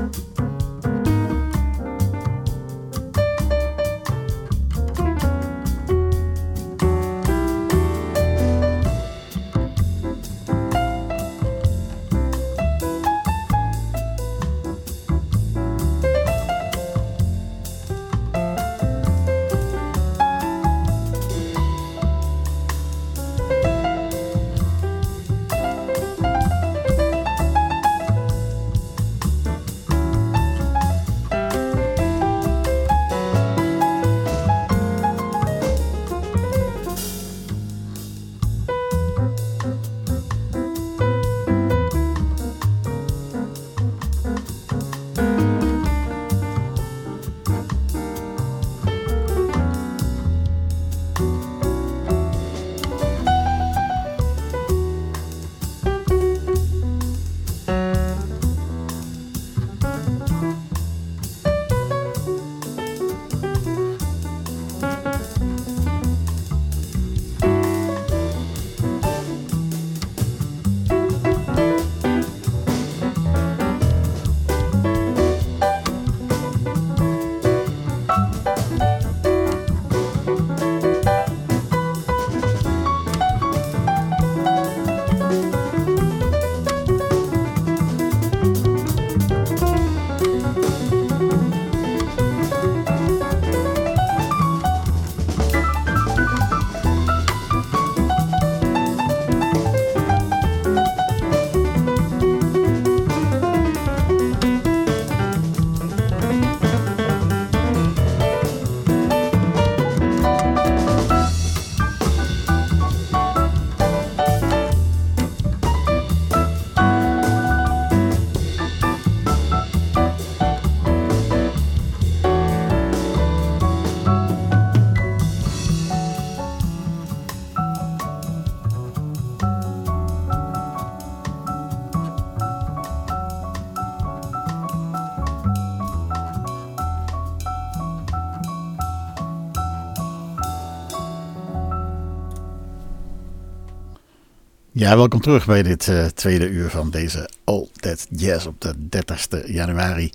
Ja, welkom terug bij dit tweede uur van deze All That Jazz op de 30 januari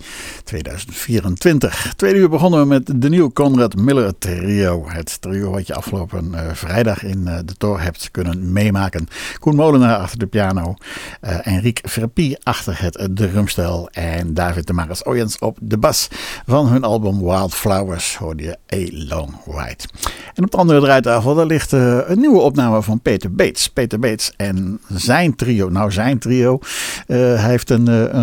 2024. Tweede uur begonnen we met de nieuwe Conrad Miller Trio. Het trio wat je afgelopen vrijdag in de Tor hebt kunnen meemaken. Koen Molenaar achter de piano, Enrique Verpie achter het drumstel en David de Maris Oyens op de bas. Van hun album Wildflowers hoorde je A Long Ride. En op de andere draaitafel daar ligt een nieuwe opname van Peter Bates. Peter Bates en zijn trio. Nou, zijn trio. Hij heeft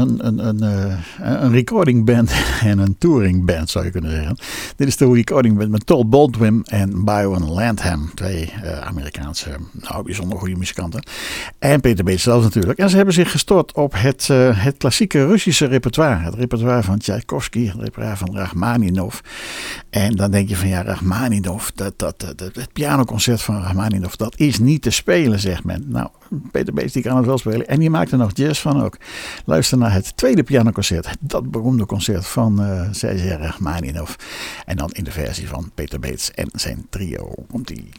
een recording band en een touring band, zou je kunnen zeggen. Dit is de recording band met Tol Baldwin en Byron Landham. Twee Amerikaanse, bijzonder goede muzikanten. En Peter Bates zelf natuurlijk. En ze hebben zich gestort op het klassieke Russische repertoire. Het repertoire van Tchaikovsky, het repertoire van Rachmaninov. En dan denk je van ja, Rachmaninov, het pianoconcert van Rachmaninov, dat is niet te spelen, zegt men. Nou, Peter Bates die kan het wel spelen en die maakt er nog jazz van ook. Luister naar het tweede pianoconcert, dat beroemde concert van Sergei Rachmaninov. En dan in de versie van Peter Bates en zijn trio. Komt-ie.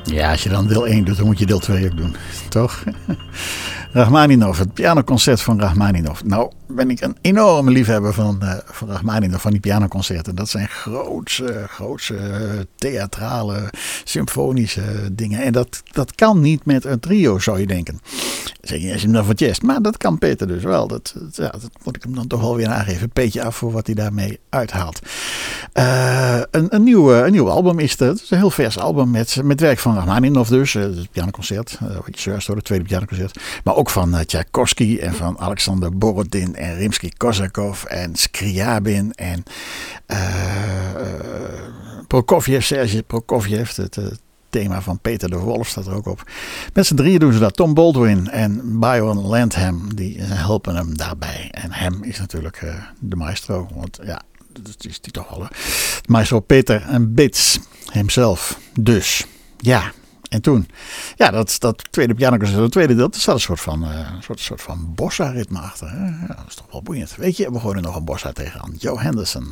Ja, als je dan deel 1 doet, dan moet je deel 2 ook doen. Toch? Rachmaninov, het pianoconcert van Rachmaninov. Nou ben ik een enorme liefhebber van Rachmaninov, van die pianoconcerten. Dat zijn grootse theatrale, symfonische dingen. En dat kan niet met een trio, zou je denken. Zeker als je hem dan voor jazz. Maar dat kan Peter dus wel. Dat moet ik hem dan toch wel weer aangeven. Peetje af voor wat hij daarmee uithaalt. Een nieuw album is het. Het is een heel vers album met werk van Rachmaninov dus. Het pianoconcert. Wat je zojuist hoorde, het tweede pianoconcert. Maar ook van Tchaikovsky en van Alexander Borodin en Rimsky-Korsakov en Scriabin en Prokofjev, Sergei Prokofjev. Het thema van Peter de Wolf staat er ook op. Met z'n drieën doen ze dat. Tom Baldwin en Byron Landham, die helpen hem daarbij. En hem is natuurlijk de maestro. Want ja, dat is die toch wel. Maestro Peter en Bits hemzelf. Dus, ja. En toen, ja, dat tweede pianoconcert, het tweede deel, er staat een soort van bossa-ritme achter. Hè? Ja, dat is toch wel boeiend. Weet je, we gooien er nog een bossa tegenaan. Joe Henderson.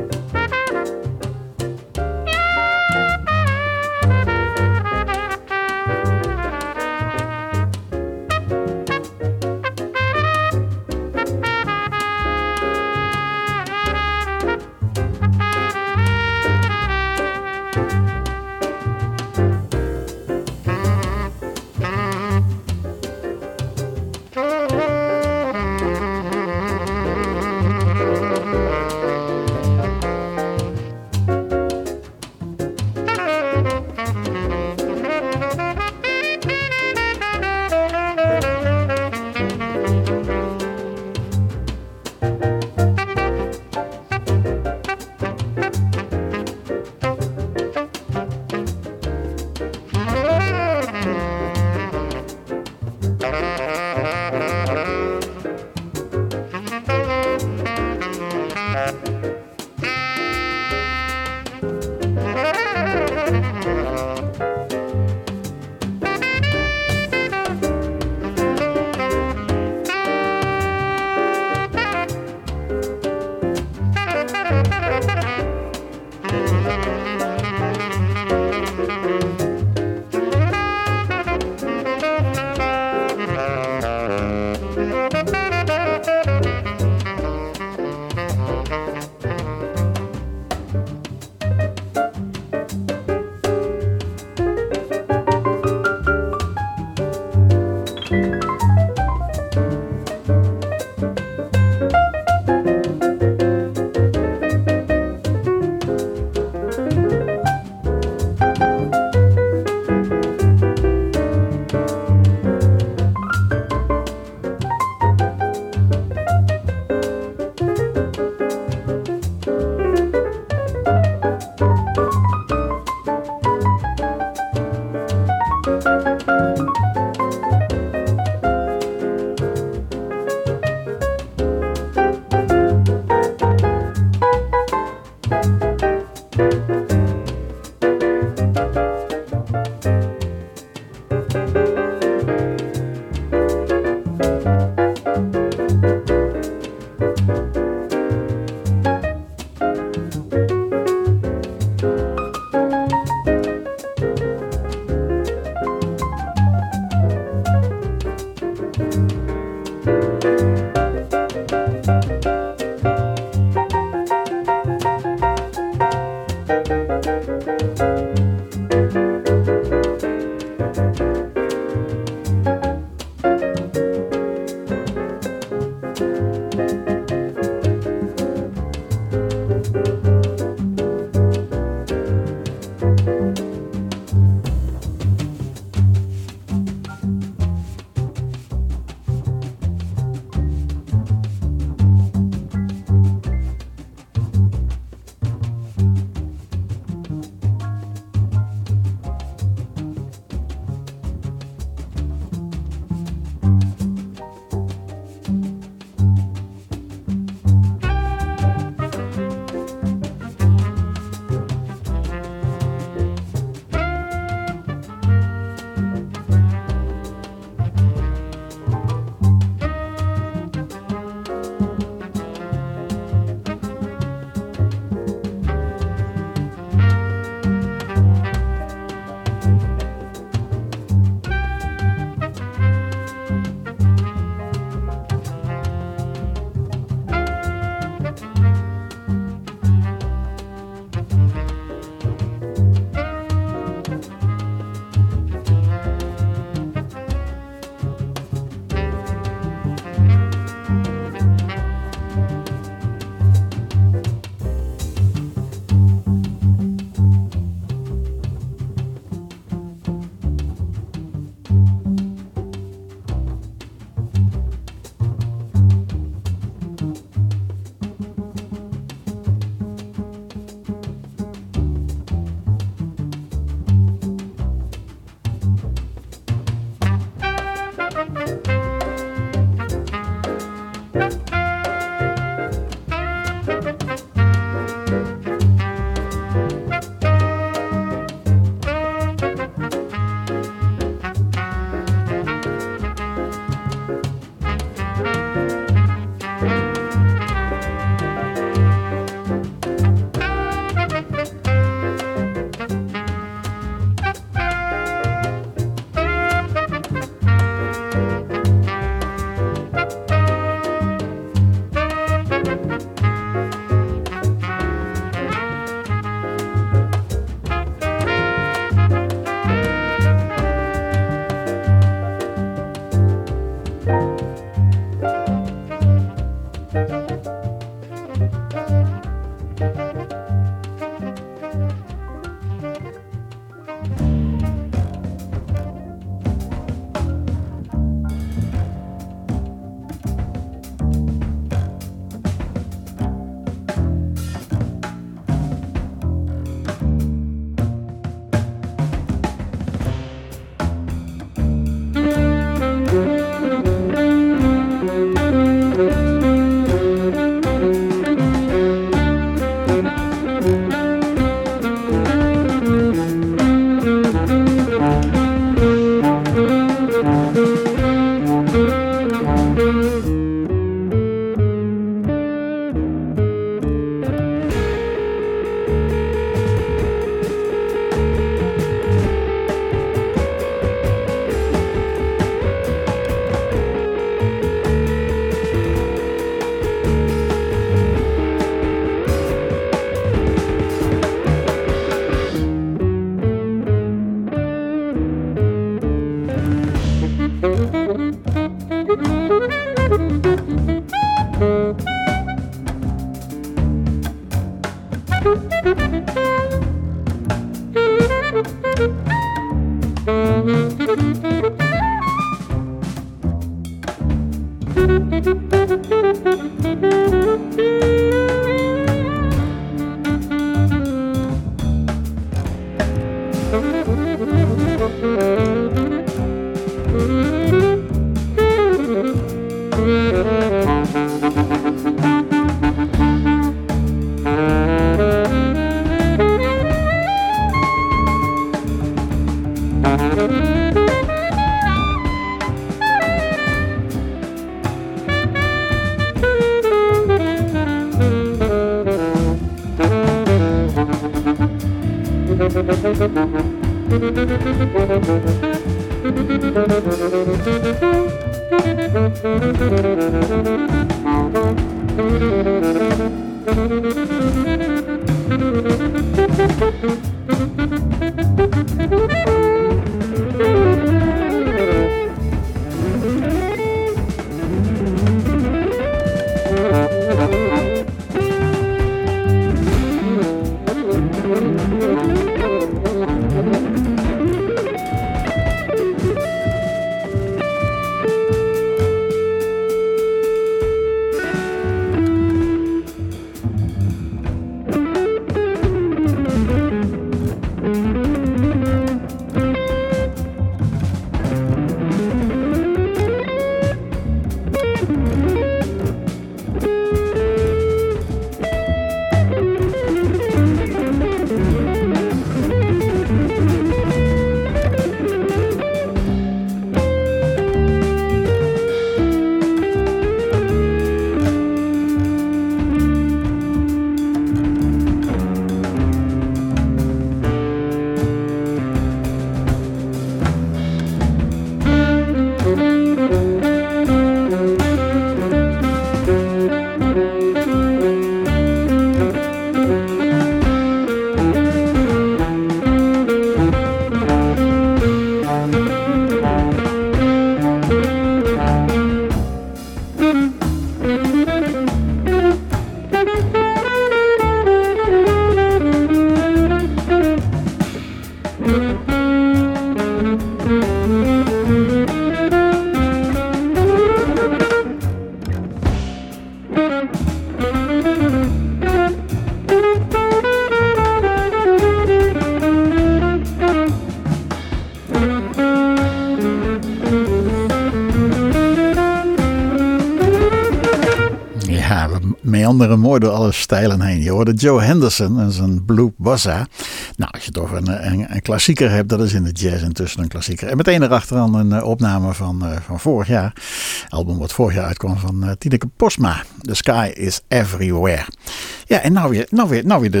Meanderen mooi door alle stijlen heen. Je hoorde Joe Henderson en zijn Blue Bossa. Nou, als je het over een klassieker hebt, dat is in de jazz intussen een klassieker. En meteen erachteraan een opname van vorig jaar. Album wat vorig jaar uitkwam van Tineke Posma. The Sky is Everywhere. Ja, en nou weer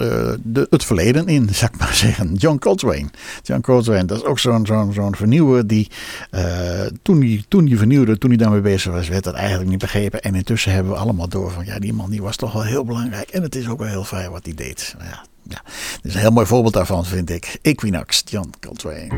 het verleden in, zou ik maar zeggen. John Coltrane. John Coltrane, dat is ook zo'n vernieuwer die toen hij vernieuwde, toen hij daarmee bezig was, werd dat eigenlijk niet begrepen. En intussen hebben we allemaal door van, ja, die man die was toch wel heel belangrijk. En het is ook wel heel fijn wat hij deed. Ja, dit is een heel mooi voorbeeld daarvan, vind ik. Equinox, John Coltrane.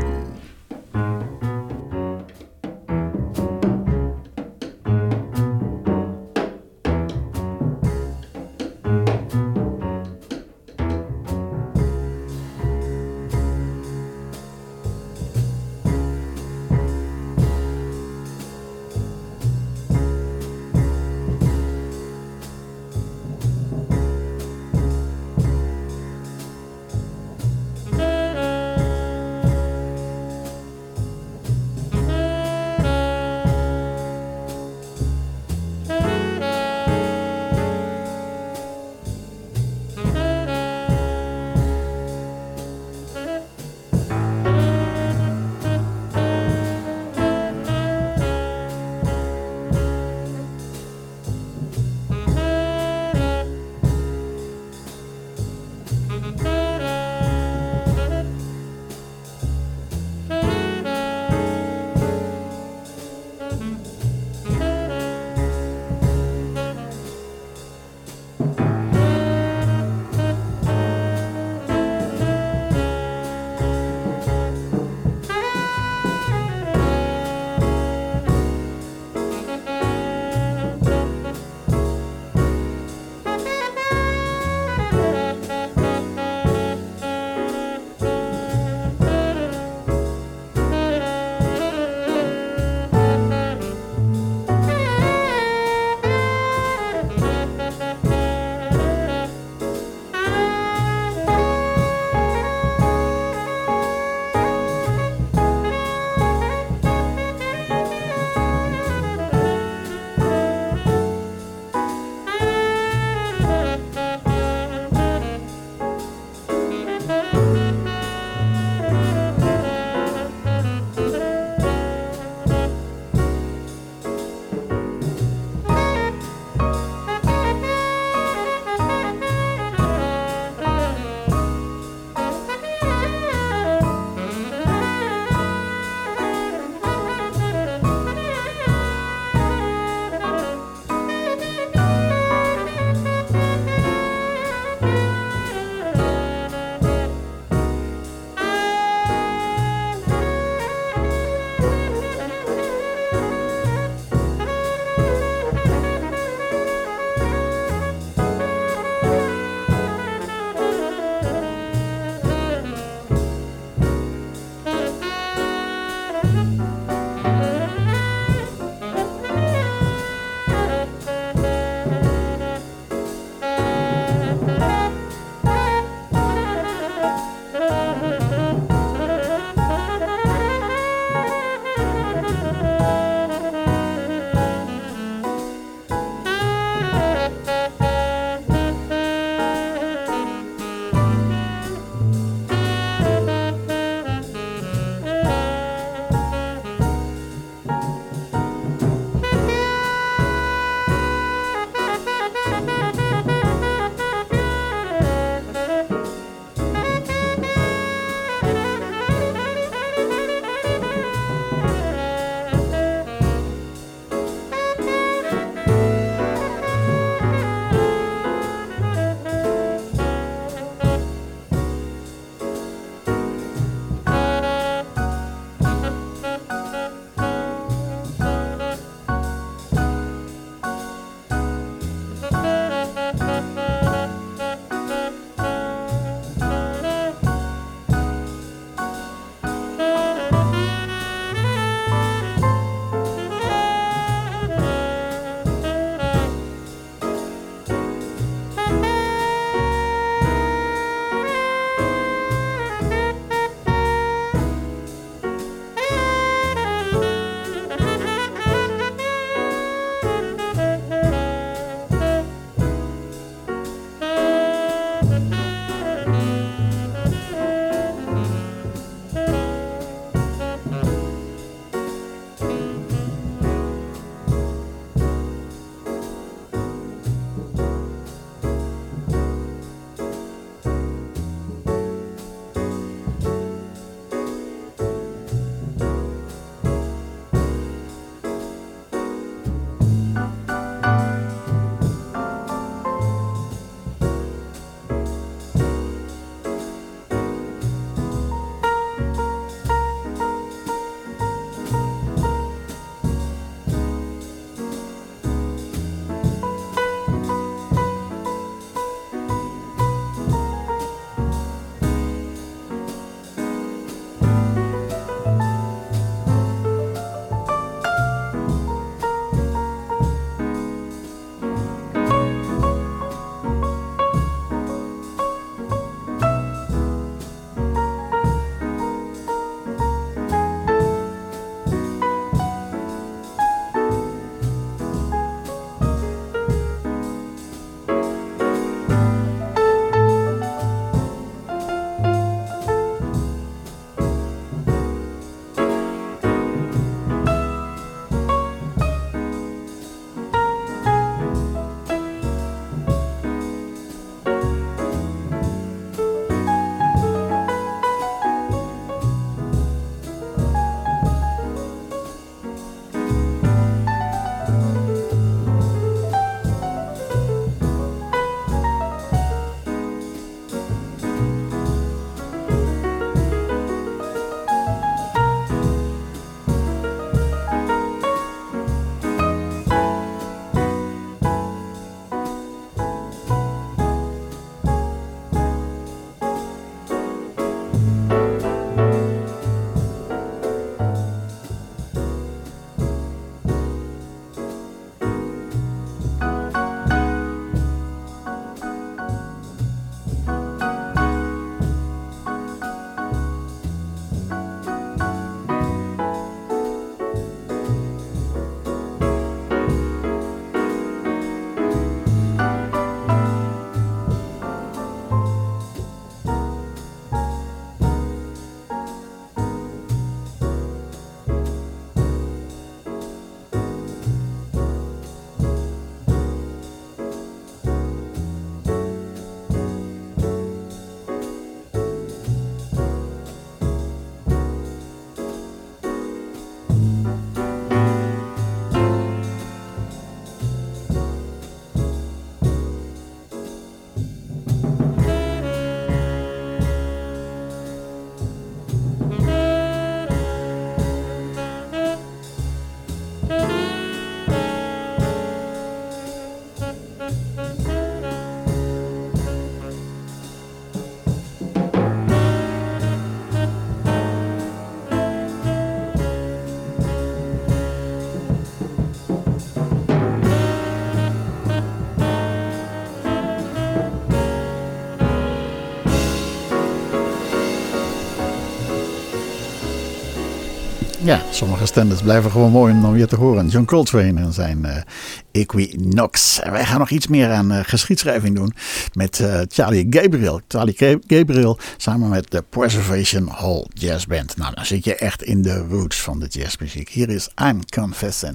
Ja, sommige standards blijven gewoon mooi om dan weer te horen. John Coltrane en zijn Equinox. Wij gaan nog iets meer aan geschiedschrijving doen met Charlie Gabriel. Charlie Gabriel samen met de Preservation Hall Jazz Band. Nou, dan zit je echt in de roots van de jazzmuziek. Hier is I'm Confessing.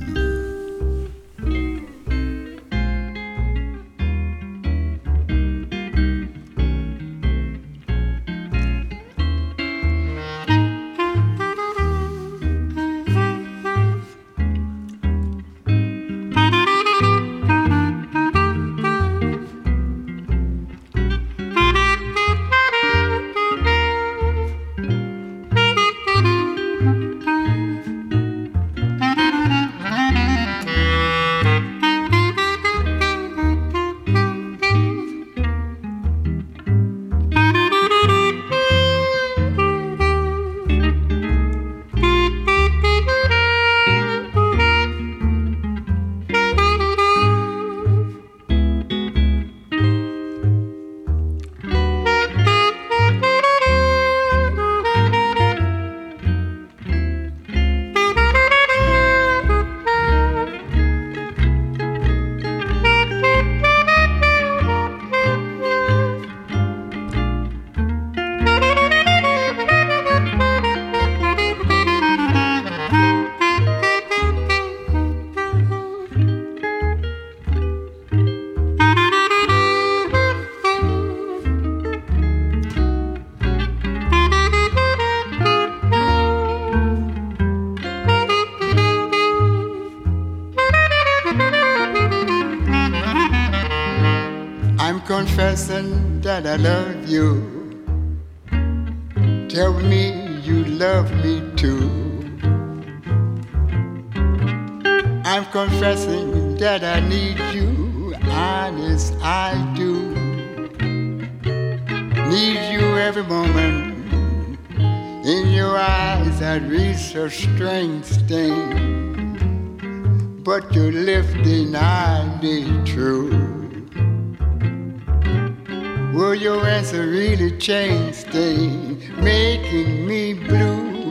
Confessing that I love you. Tell me you love me too. I'm confessing that I need you, honest I do. Need you every moment. In your eyes I read a strange thing, but your lips deny me true. Will your answer really change things, making me blue?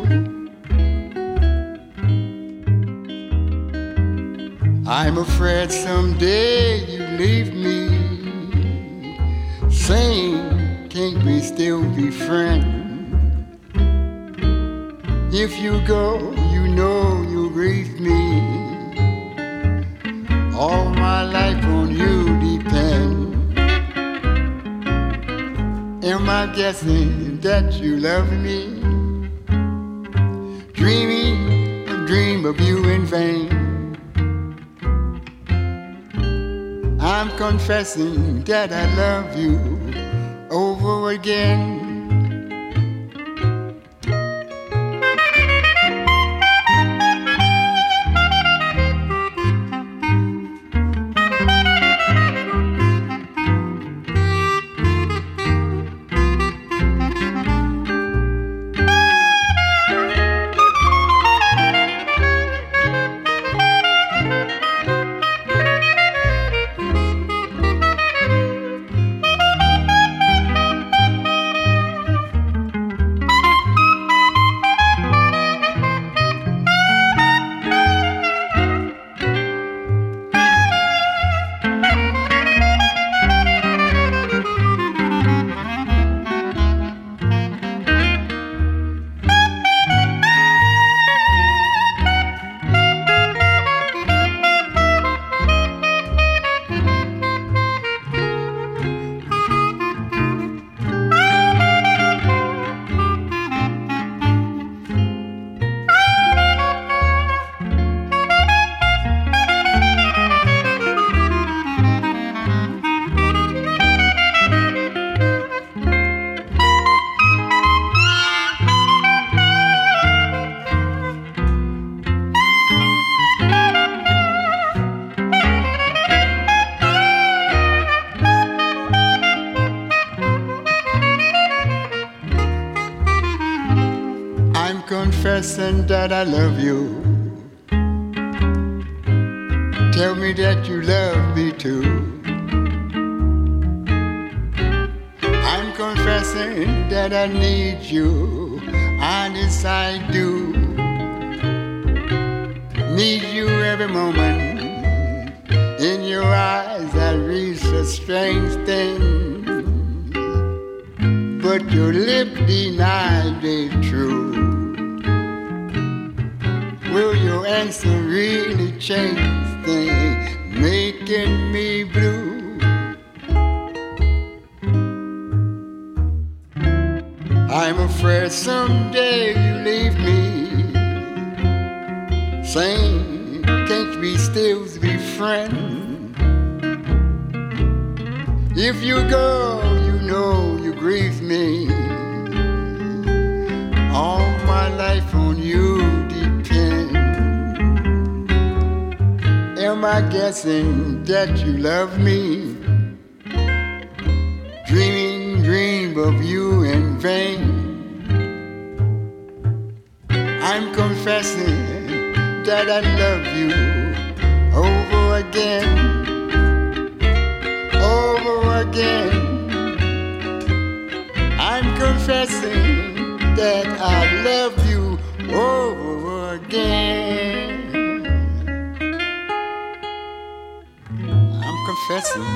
I'm afraid someday you leave me, saying, can't we still be friends? If you go, you know you'll grieve me. All my life on you depends. Am I guessing that you love me? Dreaming a dream of you in vain. I'm confessing that I love you over again. Confessing that I love you. Tell me that you love me too. I'm confessing that I need you, honest I do. need you every moment. In your eyes I read such strange things, but your lip denied it true. Will your answer really change things, making me blue? I'm afraid someday you leave me, saying, can't we still be friends? If you go, you know you grieve me. All my life on you depends. Am I guessing that you love me? Dream of you in vain. I'm confessing that I love you over again, over again. I'm confessing that I love you over again. I'm confessing.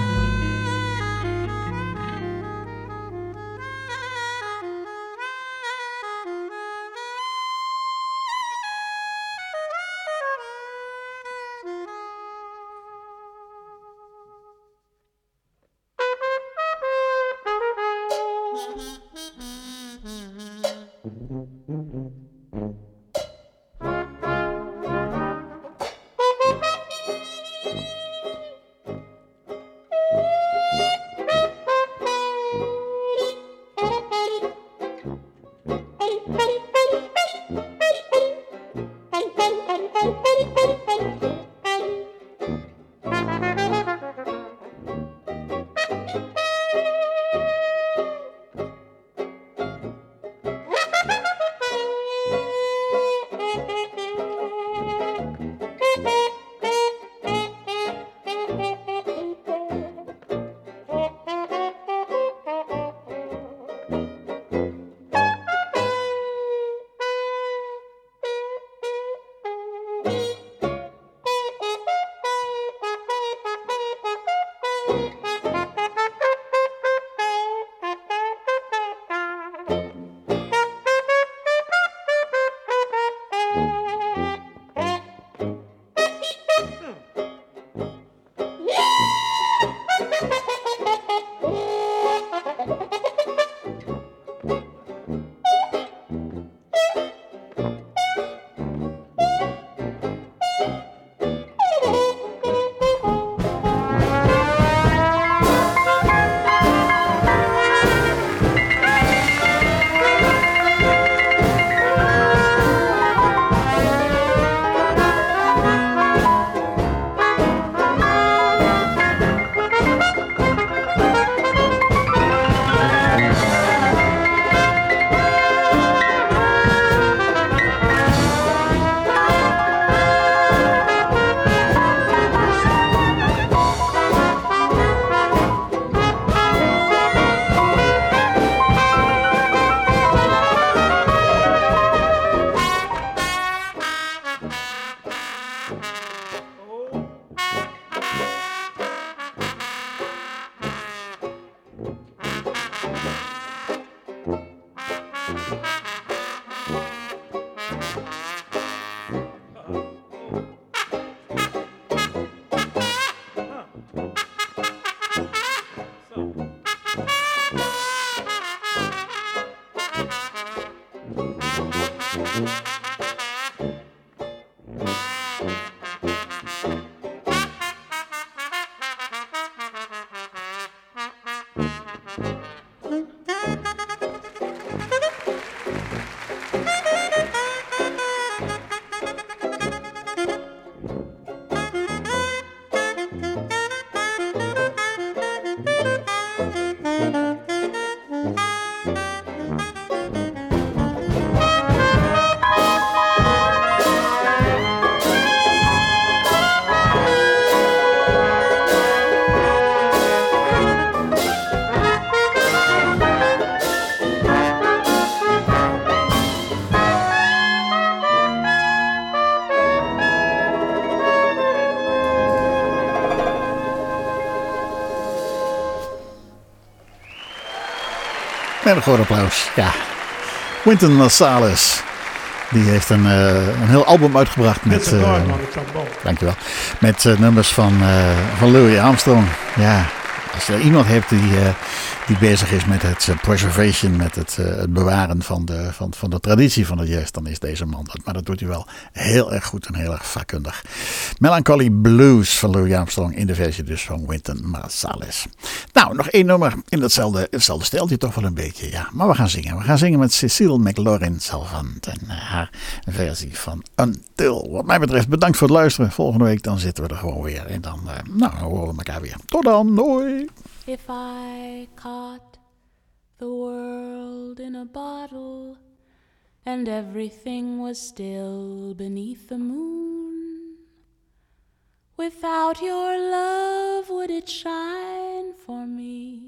Met een groot applaus. Ja. Wynton Marsalis. Die heeft een heel album uitgebracht met... dankjewel. Met nummers van Louis Armstrong. Ja. Als je iemand hebt die bezig is met het preservation, met het bewaren van de traditie van de jazz, dan is deze man dat. Maar dat doet hij wel heel erg goed en heel erg vakkundig. Melancholy Blues van Louis Armstrong in de versie dus van Wynton Marsalis. Nou, nog één nummer in hetzelfde steltje toch wel een beetje. Ja, maar we gaan zingen. We gaan zingen met Cecile McLaurin Salvant en haar versie van Until. Wat mij betreft bedankt voor het luisteren. Volgende week dan zitten we er gewoon weer. En dan horen we elkaar weer. Tot dan. Hoi. If I caught the world in a bottle and everything was still beneath the moon, without your love would it shine for me?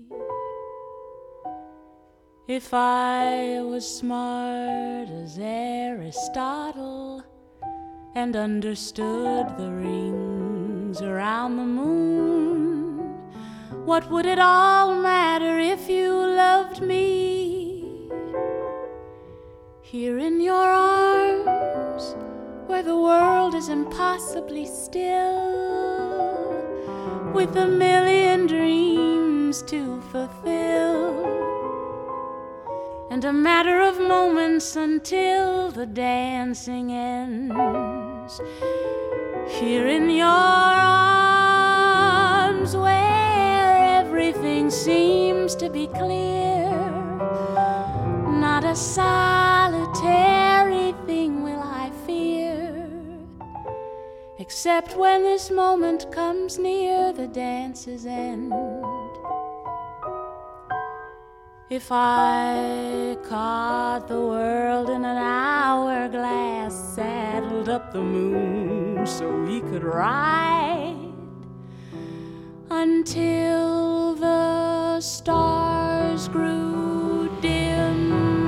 If I was smart as Aristotle and understood the rings around the moon, what would it all matter if you loved me? Here in your arms, where the world is impossibly still, with a million dreams to fulfill, and a matter of moments until the dancing ends. Here in your arms, where everything seems to be clear, not a solitary thing will I fear, except when this moment comes near the dance's end. If I caught the world in an hourglass, saddled up the moon so we could ride until the stars grew dim,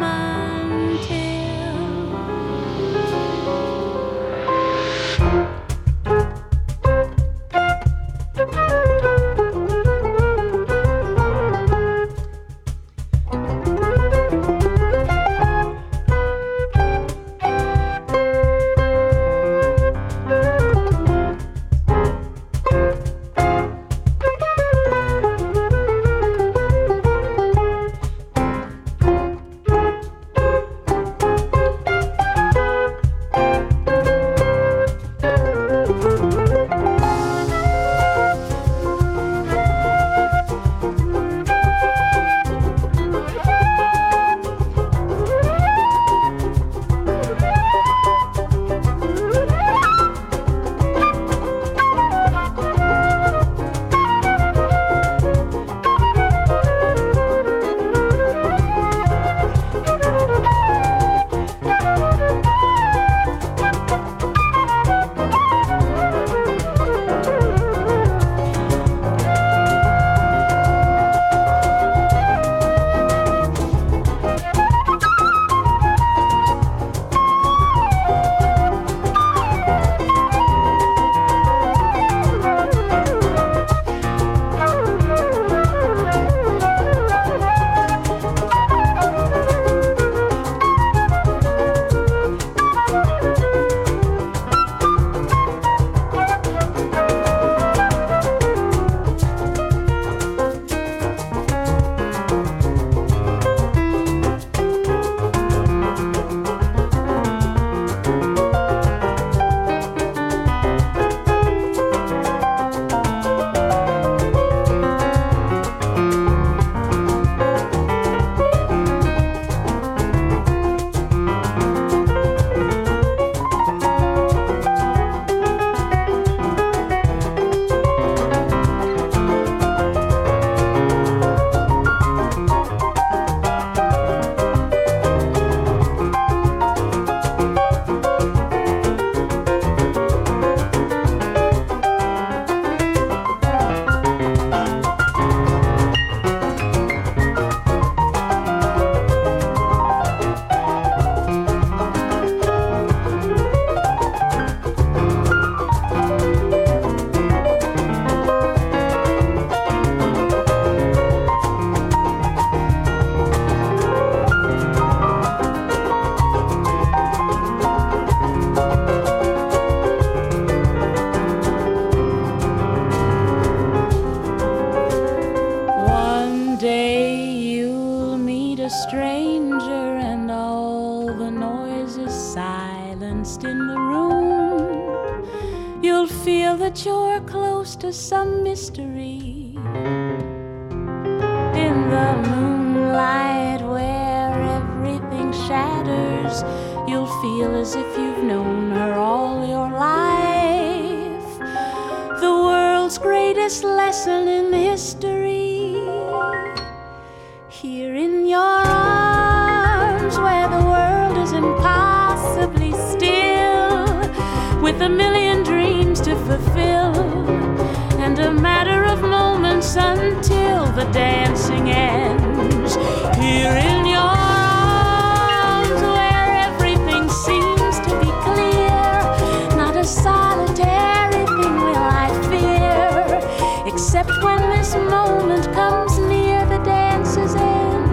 you'll meet a stranger and all the noise is silenced in the room. You'll feel that you're close to some mystery. In the moonlight where everything shatters, you'll feel as if you've known her all your life. The world's greatest lesson in history, here in your arms where the world is impossibly still, with a million dreams to fulfill, and a matter of moments until the dancing ends. Here in your arms where everything seems to be clear, not a solitary thing will I fear, except when this moment comes near the dance's end.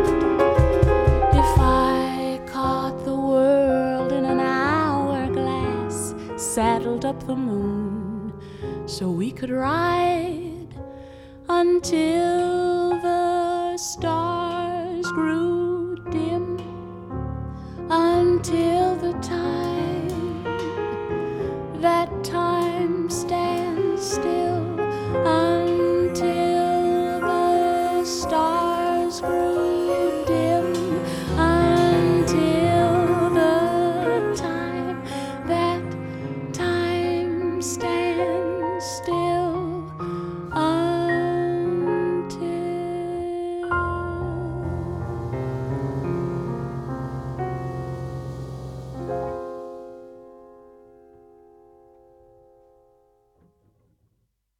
If I caught the world in an hourglass, saddled up the moon so we could ride until the stars grew dim, until